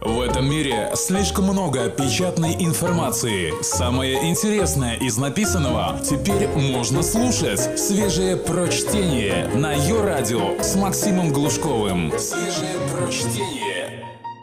В этом мире слишком много печатной информации. Самое интересное из написанного теперь можно слушать. Свежее прочтение на Ё-радио с Максимом Глушковым. Свежее прочтение.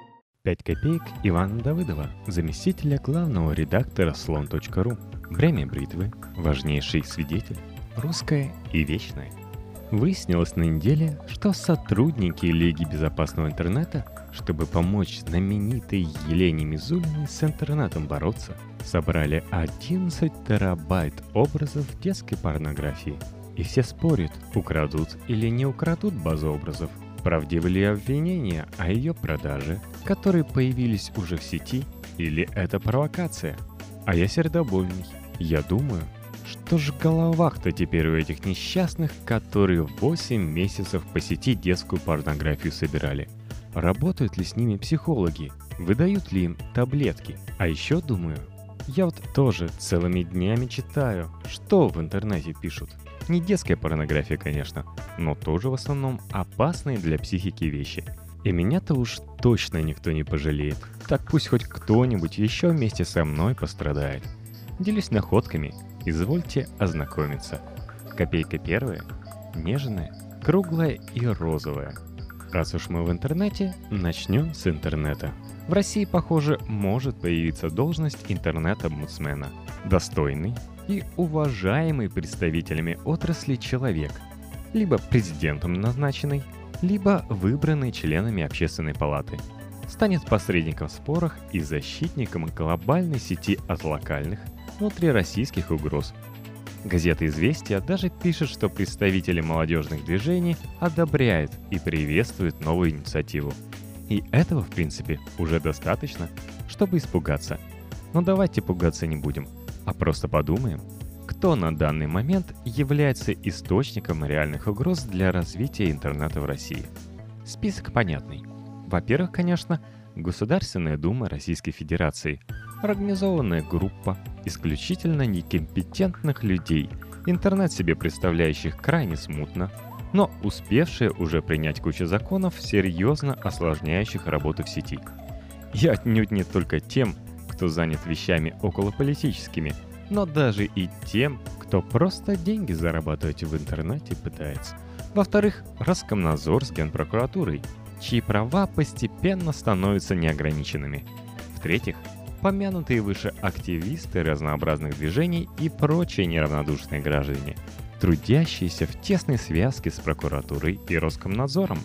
5 копеек Ивана Давыдова, заместителя главного редактора Слон.ру. Время бритвы, важнейший свидетель, русское и вечное. Выяснилось на неделе, что сотрудники Лиги безопасного интернета, чтобы помочь знаменитой Елене Мизулиной с интернетом бороться, собрали 11 терабайт образов детской порнографии. И все спорят, украдут или не украдут базу образов. Правдивы ли обвинения о ее продаже, которые появились уже в сети, или это провокация? А я сердобольный. Я думаю, что ж головах-то теперь у этих несчастных, которые 8 месяцев по сети детскую порнографию собирали. Работают ли с ними психологи? Выдают ли им таблетки? А еще думаю, я вот тоже целыми днями читаю, что в интернете пишут. Не детская порнография, конечно, но тоже в основном опасные для психики вещи. И меня-то уж точно никто не пожалеет. Так пусть хоть кто-нибудь еще вместе со мной пострадает. Делюсь находками, извольте ознакомиться. Копейка первая, нежная, круглая и розовая. Раз уж мы в интернете, начнем с интернета. В России, похоже, может появиться должность интернет-омбудсмена. Достойный и уважаемый представителями отрасли человек. Либо президентом назначенный, либо выбранный членами общественной палаты. Станет посредником в спорах и защитником глобальной сети от локальных, внутрироссийских угроз. Газета «Известия» даже пишет, что представители молодежных движений одобряют и приветствуют новую инициативу. И этого, в принципе, уже достаточно, чтобы испугаться. Но давайте пугаться не будем, а просто подумаем, кто на данный момент является источником реальных угроз для развития интернета в России. Список понятный. Во-первых, конечно, Государственная Дума Российской Федерации, организованная группа исключительно некомпетентных людей, интернет себе представляющих крайне смутно, но успевшие уже принять кучу законов, серьезно осложняющих работу в сети. И отнюдь не только тем, кто занят вещами околополитическими, но даже и тем, кто просто деньги зарабатывать в интернете пытается. Во-вторых, Роскомнадзор с Генпрокуратурой, чьи права постепенно становятся неограниченными. В-третьих, помянутые выше активисты разнообразных движений и прочие неравнодушные граждане, трудящиеся в тесной связке с прокуратурой и Роскомнадзором.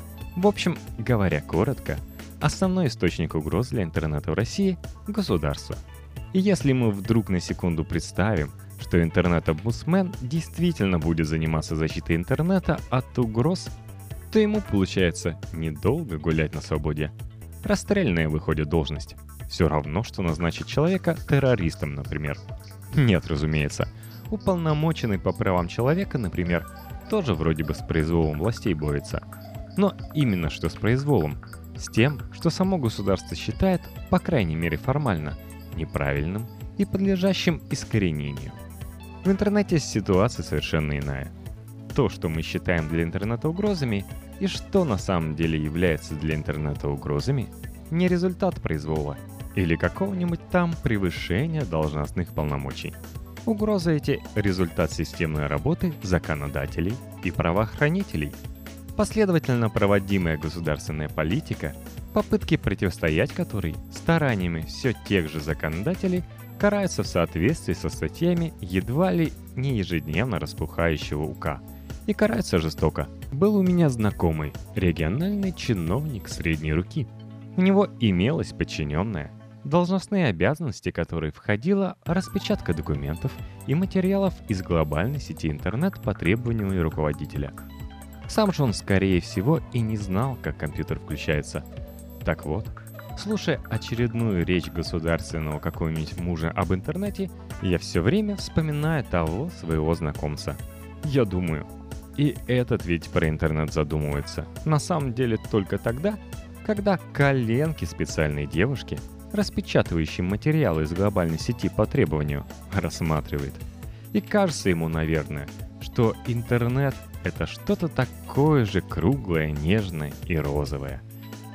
В общем, говоря коротко, основной источник угроз для интернета в России – государство. И если мы вдруг на секунду представим, что интернет-омбудсмен действительно будет заниматься защитой интернета от угроз, то ему получается недолго гулять на свободе. Расстрельная выходит должность. Все равно, что назначить человека террористом, например. Нет, разумеется. Уполномоченный по правам человека, например, тоже вроде бы с произволом властей борется. Но именно что с произволом. С тем, что само государство считает, по крайней мере формально, неправильным и подлежащим искоренению. В интернете ситуация совершенно иная. То, что мы считаем для интернета угрозами, и что на самом деле является для интернета угрозами, не результат произвола или какого-нибудь там превышения должностных полномочий. Угрозы эти – результат системной работы законодателей и правоохранителей. Последовательно проводимая государственная политика, попытки противостоять которой стараниями все тех же законодателей караются в соответствии со статьями едва ли не ежедневно распухающего УК. И караются жестоко. Был у меня знакомый, региональный чиновник средней руки. У него имелась подчиненная, должностные обязанности которой входила распечатка документов и материалов из глобальной сети интернет по требованию руководителя. Сам же он, скорее всего, и не знал, как компьютер включается. Так вот, слушая очередную речь государственного какого-нибудь мужа об интернете, я все время вспоминаю того своего знакомца. Я думаю, и этот ведь про интернет задумывается. На самом деле только тогда, когда коленки специальной девушки, распечатывающей материалы из глобальной сети по требованию, рассматривает. И кажется ему, наверное, что интернет — это что-то такое же круглое, нежное и розовое.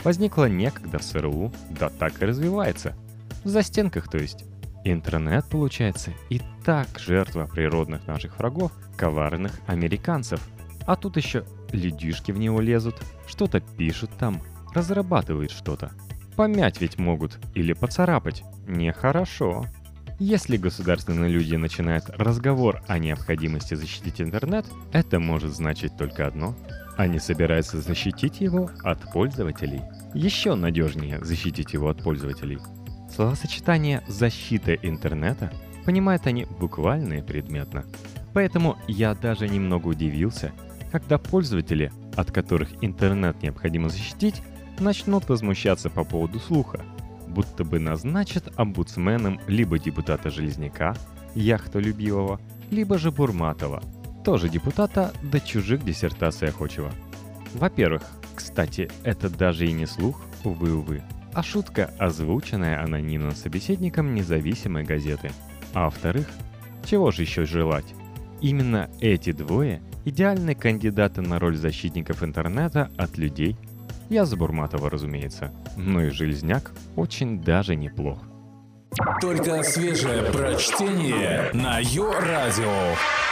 Возникла некогда в СРУ, да так и развивается. В застенках, то есть. Интернет, получается, и так жертва природных наших врагов, коварных американцев. А тут еще людишки в него лезут, что-то пишут там, разрабатывают что-то. Помять ведь могут или поцарапать. Нехорошо. Если государственные люди начинают разговор о необходимости защитить интернет, это может значить только одно. Они собираются защитить его от пользователей. Еще надежнее защитить его от пользователей. Словосочетание «защита интернета» понимают они буквально и предметно. Поэтому я даже немного удивился, когда пользователи, от которых интернет необходимо защитить, начнут возмущаться по поводу слуха, будто бы назначат омбудсменом либо депутата Железняка, яхтолюбивого, либо же Бурматова, тоже депутата, да чужих диссертаций охочего. Во-первых, кстати, это даже и не слух, увы, а шутка, озвученная анонимным собеседником независимой газеты. А во-вторых, чего же еще желать? Именно эти двое – идеальные кандидаты на роль защитников интернета от людей. Я за Бурматова, разумеется, но и Железняк очень даже неплох. Только свежее прочтение на Йо-Радио.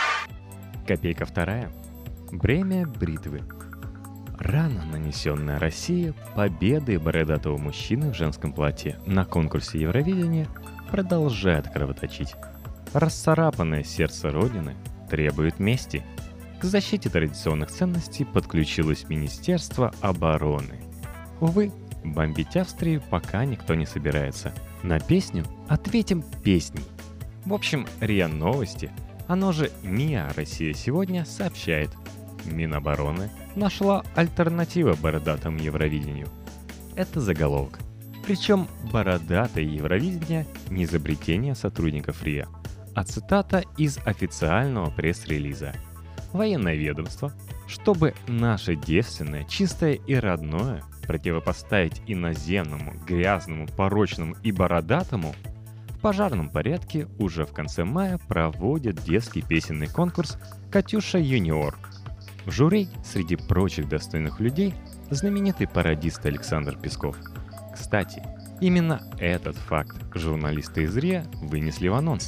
Копейка вторая. Бремя бритвы. Рана, нанесенная России победой бородатого мужчины в женском платье на конкурсе Евровидения, продолжает кровоточить. Расцарапанное сердце Родины требует мести. К защите традиционных ценностей подключилось Министерство обороны. Увы, бомбить Австрию пока никто не собирается. На песню ответим песней. В общем, РИА Новости, оно же МИА Россия сегодня, сообщает: Минобороны нашла альтернативу бородатому Евровидению. Это заголовок. Причем бородатое Евровидение не изобретение сотрудников РИА, а цитата из официального пресс-релиза. Военное ведомство, чтобы наше девственное, чистое и родное противопоставить иноземному, грязному, порочному и бородатому, в пожарном порядке уже в конце мая проводит детский песенный конкурс «Катюша Юниор». В жюри, среди прочих достойных людей, знаменитый пародист Александр Песков. Кстати, именно этот факт журналисты из РИА вынесли в анонс.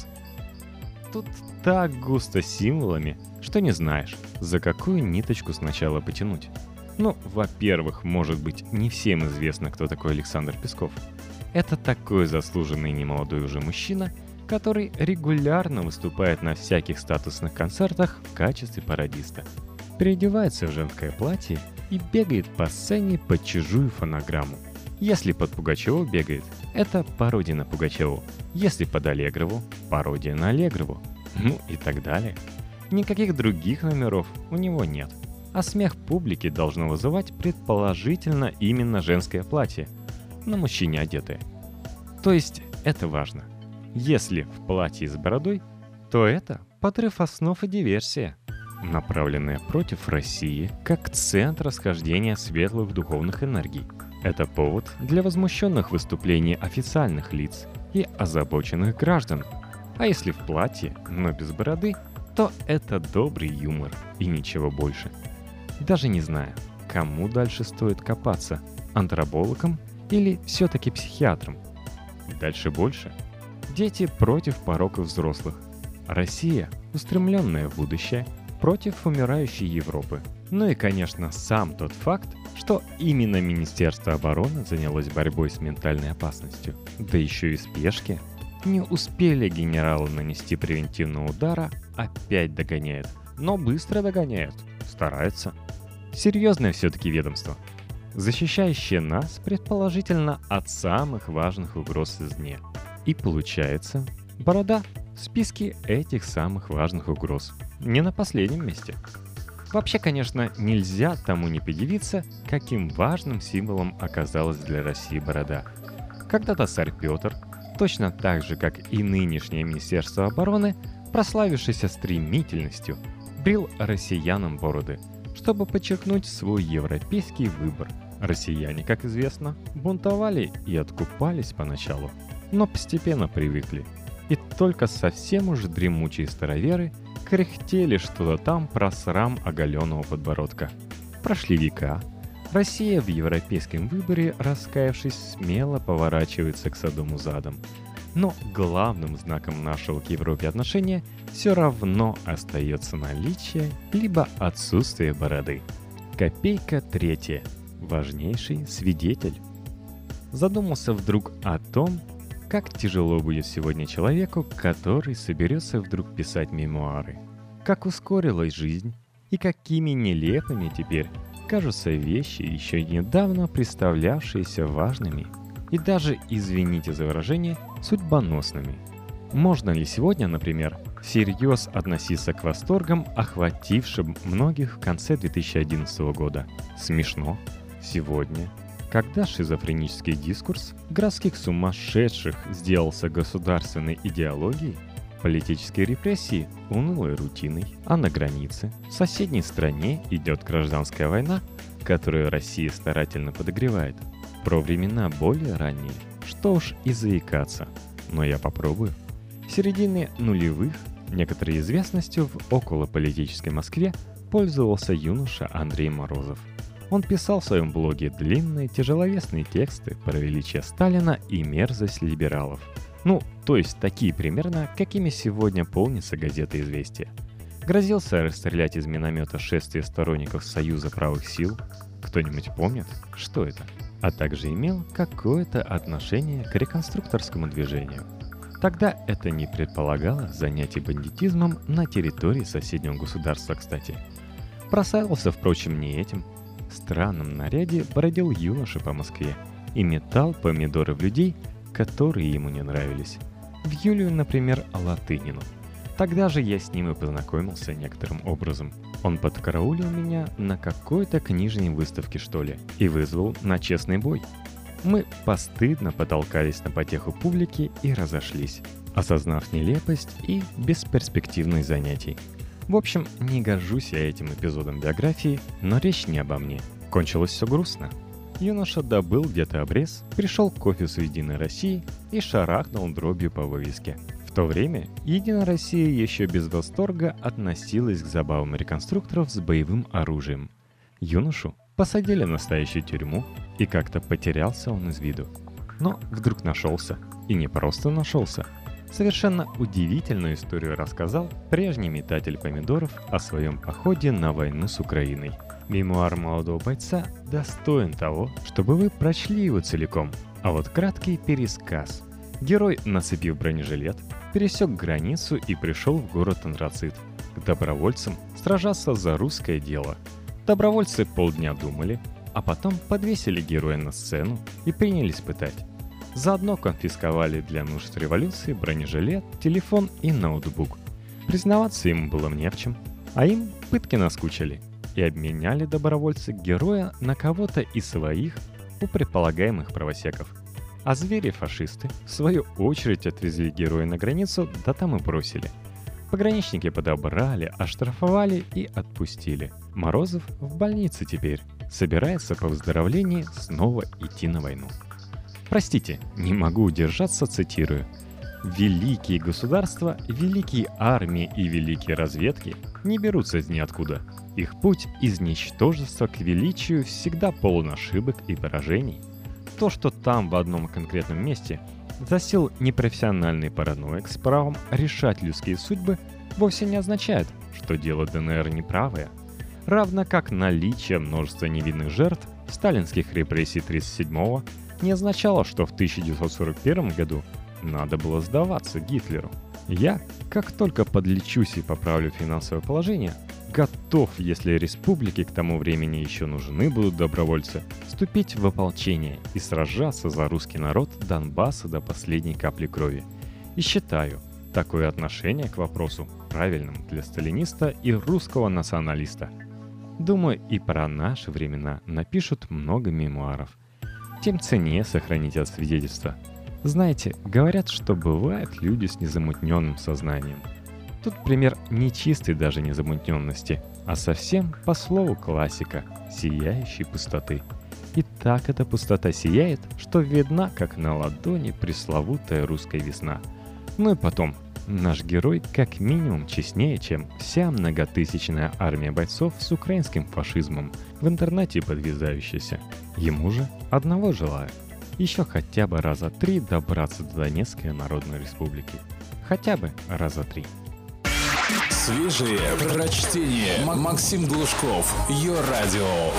Тут так густо символами, что не знаешь, за какую ниточку сначала потянуть. Ну, во-первых, может быть, не всем известно, кто такой Александр Песков. Это такой заслуженный немолодой уже мужчина, который регулярно выступает на всяких статусных концертах в качестве пародиста. Переодевается в женское платье и бегает по сцене под чужую фонограмму. Если под Пугачеву бегает, это пародия на Пугачеву. Если под Аллегрову, пародия на Аллегрову. Ну и так далее. Никаких других номеров у него нет. А смех публики должно вызывать предположительно именно женское платье, на мужчине одетое. То есть это важно. Если в платье с бородой, то это подрыв основ и диверсия, направленная против России как центр расхождения светлых духовных энергий. Это повод для возмущенных выступлений официальных лиц и озабоченных граждан. А если в платье, но без бороды, то это добрый юмор и ничего больше. Даже не знаю, кому дальше стоит копаться – антропологам или все-таки психиатрам. Дальше больше. Дети против пороков взрослых. Россия, устремленная в будущее, против умирающей Европы. Ну и, конечно, сам тот факт, что именно Министерство обороны занялось борьбой с ментальной опасностью. Да еще и в спешке. Не успели генералы нанести превентивного удара, опять догоняют. Но быстро догоняют. Стараются. Серьезное все-таки ведомство, защищающее нас, предположительно, от самых важных угроз извне. И получается, борода в списке этих самых важных угроз. Не на последнем месте. Вообще, конечно, нельзя тому не подивиться, каким важным символом оказалась для России борода. Когда-то царь Петр, точно так же, как и нынешнее Министерство обороны, прославившееся стремительностью, брил россиянам бороды, чтобы подчеркнуть свой европейский выбор. Россияне, как известно, бунтовали и откупались поначалу, но постепенно привыкли. И только совсем уж дремучие староверы кряхтели что-то там про срам оголенного подбородка. Прошли века, Россия в европейском выборе, раскаявшись, смело поворачивается к Содому задом. Но главным знаком нашего к Европе отношения все равно остается наличие либо отсутствие бороды. Копейка третья. Важнейший свидетель. Задумался вдруг о том, как тяжело будет сегодня человеку, который соберется вдруг писать мемуары. Как ускорилась жизнь и какими нелепыми теперь кажутся вещи, еще недавно представлявшиеся важными и даже, извините за выражение, судьбоносными. Можно ли сегодня, например, всерьез относиться к восторгам, охватившим многих в конце 2011 года? Смешно. Сегодня, когда шизофренический дискурс городских сумасшедших сделался государственной идеологией, политические репрессии – унылой рутиной, а на границе, в соседней стране идет гражданская война, которую Россия старательно подогревает. Про времена более ранние, что уж и заикаться, но я попробую. В середине нулевых некоторой известностью в околополитической Москве пользовался юноша Андрей Морозов. Он писал в своем блоге длинные тяжеловесные тексты про величие Сталина и мерзость либералов. Ну, то есть такие примерно, какими сегодня полнится газета «Известия». Грозился расстрелять из миномета шествие сторонников Союза правых сил. Кто-нибудь помнит, что это? А также имел какое-то отношение к реконструкторскому движению. Тогда это не предполагало занятий бандитизмом на территории соседнего государства, кстати. Прославился, впрочем, не этим. В странном наряде бродил юноша по Москве и метал помидоры в людей, которые ему не нравились. В Юлию, например, Латынину. Тогда же я с ним и познакомился некоторым образом. Он подкараулил меня на какой-то книжной выставке, что ли, и вызвал на честный бой. Мы постыдно потолкались на потеху публики и разошлись, осознав нелепость и бесперспективность занятий. В общем, не горжусь я этим эпизодом биографии, но речь не обо мне. Кончилось все грустно. Юноша добыл где-то обрез, пришел к офису «Единой России» и шарахнул дробью по вывеске. В то время «Единая Россия» еще без восторга относилась к забавам реконструкторов с боевым оружием. Юношу посадили в настоящую тюрьму, и как-то потерялся он из виду. Но вдруг нашелся. И не просто нашелся. Совершенно удивительную историю рассказал прежний метатель помидоров о своем походе на войну с Украиной. Мемуар молодого бойца достоин того, чтобы вы прочли его целиком. А вот краткий пересказ. Герой, нацепив бронежилет, пересек границу и пришел в город Антрацит. К добровольцам сражаться за русское дело. Добровольцы полдня думали, а потом подвесили героя на сцену и принялись пытать. Заодно конфисковали для нужд революции бронежилет, телефон и ноутбук. Признаваться ему было не в чем, а им пытки наскучили. И обменяли добровольцы героя на кого-то из своих, у предполагаемых правосеков. А звери-фашисты, в свою очередь, отвезли героя на границу, да там и бросили. Пограничники подобрали, оштрафовали и отпустили. Морозов в больнице теперь, собирается по выздоровлении снова идти на войну. Простите, не могу удержаться, цитирую. «Великие государства, великие армии и великие разведки не берутся из ниоткуда. Их путь из ничтожества к величию всегда полон ошибок и поражений. То, что там в одном конкретном месте засел непрофессиональный параноик с правом решать людские судьбы, вовсе не означает, что дело ДНР неправое. Равно как наличие множества невинных жертв сталинских репрессий 1937-го не означало, что в 1941 году надо было сдаваться Гитлеру. Я, как только подлечусь и поправлю финансовое положение, готов, если республике к тому времени еще нужны будут добровольцы, вступить в ополчение и сражаться за русский народ Донбасса до последней капли крови. И считаю такое отношение к вопросу правильным для сталиниста и русского националиста. Думаю, и про наши времена напишут много мемуаров. Тем ценнее сохранить от свидетельства. Знаете, говорят, что бывают люди с незамутненным сознанием. Тут пример не чистой даже незамутненности, а совсем по слову классика, сияющей пустоты. И так эта пустота сияет, что видна, как на ладони, пресловутая русская весна. Ну и потом, Наш герой как минимум честнее, чем вся многотысячная армия бойцов с украинским фашизмом, в интернете подвязающаяся. Ему же одного желаю. Еще хотя бы раза 3 добраться до Донецкой Народной Республики. Хотя бы раза 3. Свежие прочтение. Максим Глушков. Йо-радио.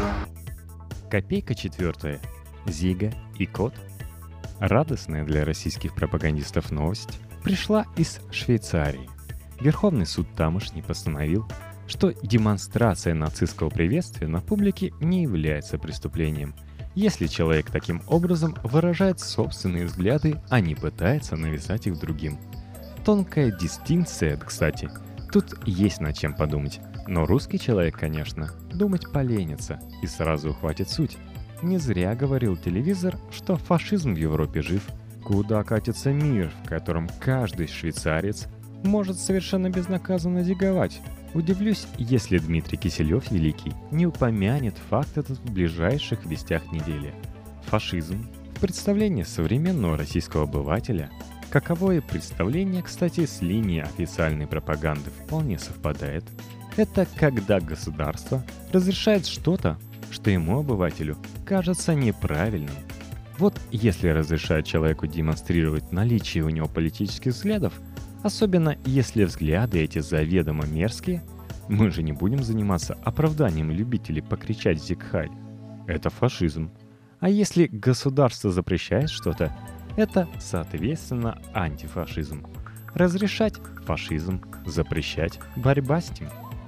Копейка 4. Зига и Кот. Радостная для российских пропагандистов новость пришла из Швейцарии. Верховный суд тамошний постановил, что демонстрация нацистского приветствия на публике не является преступлением, если человек таким образом выражает собственные взгляды, а не пытается навязать их другим. Тонкая дистинкция, кстати. Тут есть над чем подумать. Но русский человек, конечно, думать поленится и сразу ухватит суть. Не зря говорил телевизор, что фашизм в Европе жив. Куда катится мир, в котором каждый швейцарец может совершенно безнаказанно зиговать? Удивлюсь, если Дмитрий Киселев Великий не упомянет факт этот в ближайших вестях недели. Фашизм в представлении современного российского обывателя, каковое представление, кстати, с линией официальной пропаганды вполне совпадает, это когда государство разрешает что-то, что ему, обывателю, кажется неправильным. Вот если разрешает человеку демонстрировать наличие у него политических взглядов, особенно если взгляды эти заведомо мерзкие, мы же не будем заниматься оправданием любителей покричать «Зиг-Хайль». Это фашизм. А если государство запрещает что-то, это, соответственно, антифашизм. Разрешать – фашизм, запрещать – борьба с ним.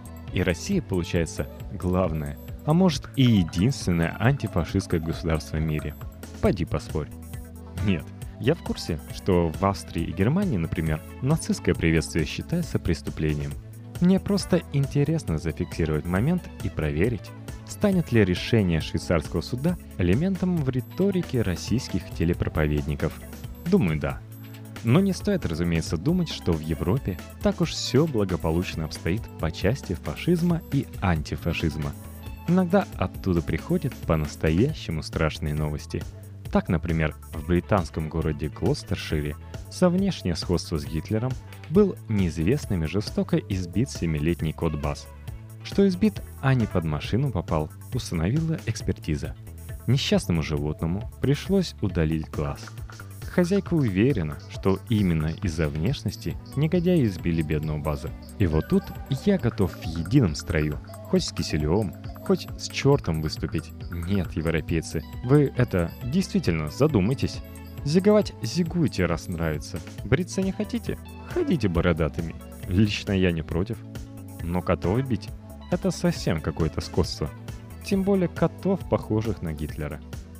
И Россия, получается, главное, а может и единственное антифашистское государство в мире. Поди поспорь. Нет, я в курсе, что в Австрии и Германии, например, нацистское приветствие считается преступлением. Мне просто интересно зафиксировать момент и проверить, станет ли решение швейцарского суда элементом в риторике российских телепроповедников. Думаю, да. Но не стоит, разумеется, думать, что в Европе так уж все благополучно обстоит по части фашизма и антифашизма. Иногда оттуда приходят по-настоящему страшные новости. Так, например, в британском городе Глостершире за внешнее сходство с Гитлером был неизвестными жестоко избит 7-летний кот Бас. Что избит, а не под машину попал, установила экспертиза. Несчастному животному пришлось удалить глаз. Хозяйка уверена, что именно из-за внешности негодяи избили бедного База. И вот тут я готов в едином строю, хоть с Киселевым, хоть с чертом выступить. Нет, европейцы, вы действительно задумайтесь. Зиговать зигуйте, раз нравится. Бриться не хотите? Ходите бородатыми. Лично я не против. Но котов бить — это совсем какое-то скотство. Тем более котов, похожих на Гитлера.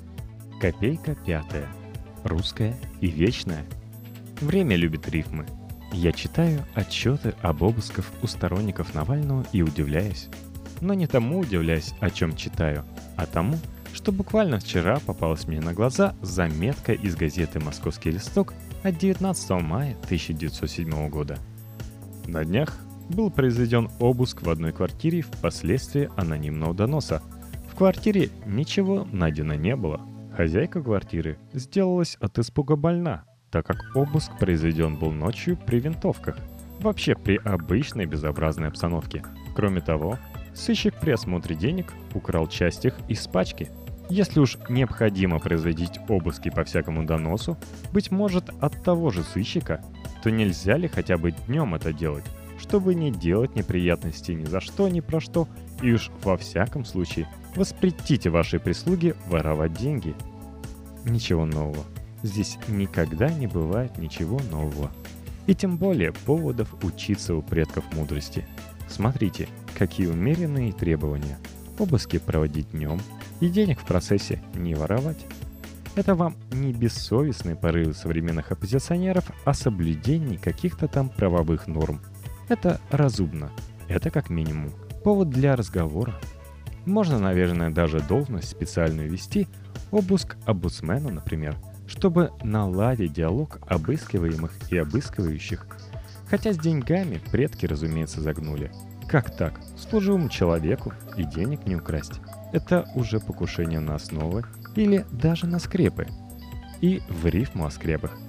Копейка 5. Русская и вечная. Время любит рифмы. Я читаю отчеты об обысках у сторонников Навального и удивляюсь. Но не тому удивляюсь, о чем читаю, а тому, что буквально вчера попалась мне на глаза заметка из газеты «Московский листок» от 19 мая 1907 года. На днях был произведен обыск в одной квартире впоследствии анонимного доноса. В квартире ничего найдено не было. Хозяйка квартиры сделалась от испуга больна, так как обыск произведен был ночью при винтовках. Вообще при обычной безобразной обстановке. Кроме того, сыщик при осмотре денег украл часть их из пачки. Если уж необходимо производить обыски по всякому доносу, быть может от того же сыщика, то нельзя ли хотя бы днем это делать, чтобы не делать неприятностей ни за что, ни про что, и уж во всяком случае воспретите вашей прислуге воровать деньги. Ничего нового. Здесь никогда не бывает ничего нового. И тем более поводов учиться у предков мудрости. Смотрите, какие умеренные требования. Обыски проводить днем и денег в процессе не воровать. Это вам не бессовестные порывы современных оппозиционеров о соблюдении каких-то там правовых норм. Это разумно. Это как минимум повод для разговора. Можно, наверное, даже должность специальную вести, обыск омбудсмена, например, чтобы наладить диалог обыскиваемых и обыскивающих. Хотя с деньгами предки, разумеется, загнули. Как так? Служивому человеку и денег не украсть. Это уже покушение на основы или даже на скрепы. И в рифму о скрепах.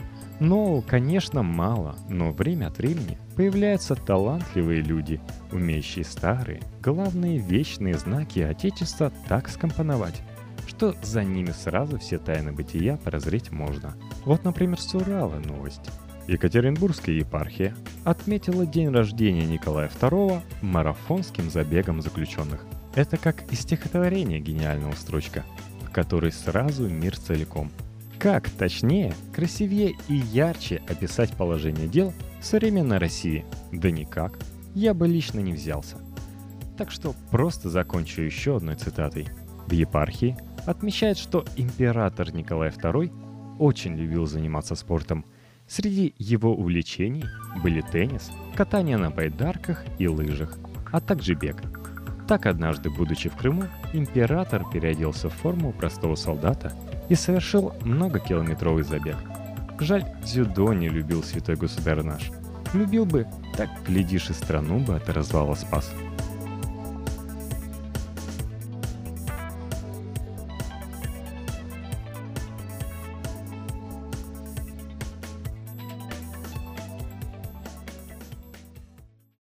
Ну, конечно, мало, но время от времени появляются талантливые люди, умеющие старые, главные вечные знаки Отечества так скомпоновать, что за ними сразу все тайны бытия прозреть можно. Вот, например, с Урала новость. Екатеринбургская епархия отметила день рождения Николая II марафонским забегом заключенных. Это как из стихотворения гениального строчка, в которой сразу мир целиком. Как точнее, красивее и ярче описать положение дел в современной России? Да никак. Я бы лично не взялся. Так что просто закончу еще одной цитатой. В епархии отмечает, что император Николай II очень любил заниматься спортом. Среди его увлечений были теннис, катание на байдарках и лыжах, а также бег. Так однажды, будучи в Крыму, император переоделся в форму простого солдата и совершил многокилометровый забег. Жаль, дзюдо не любил святой государь наш. Любил бы, так, глядишь, и страну бы от развала спас.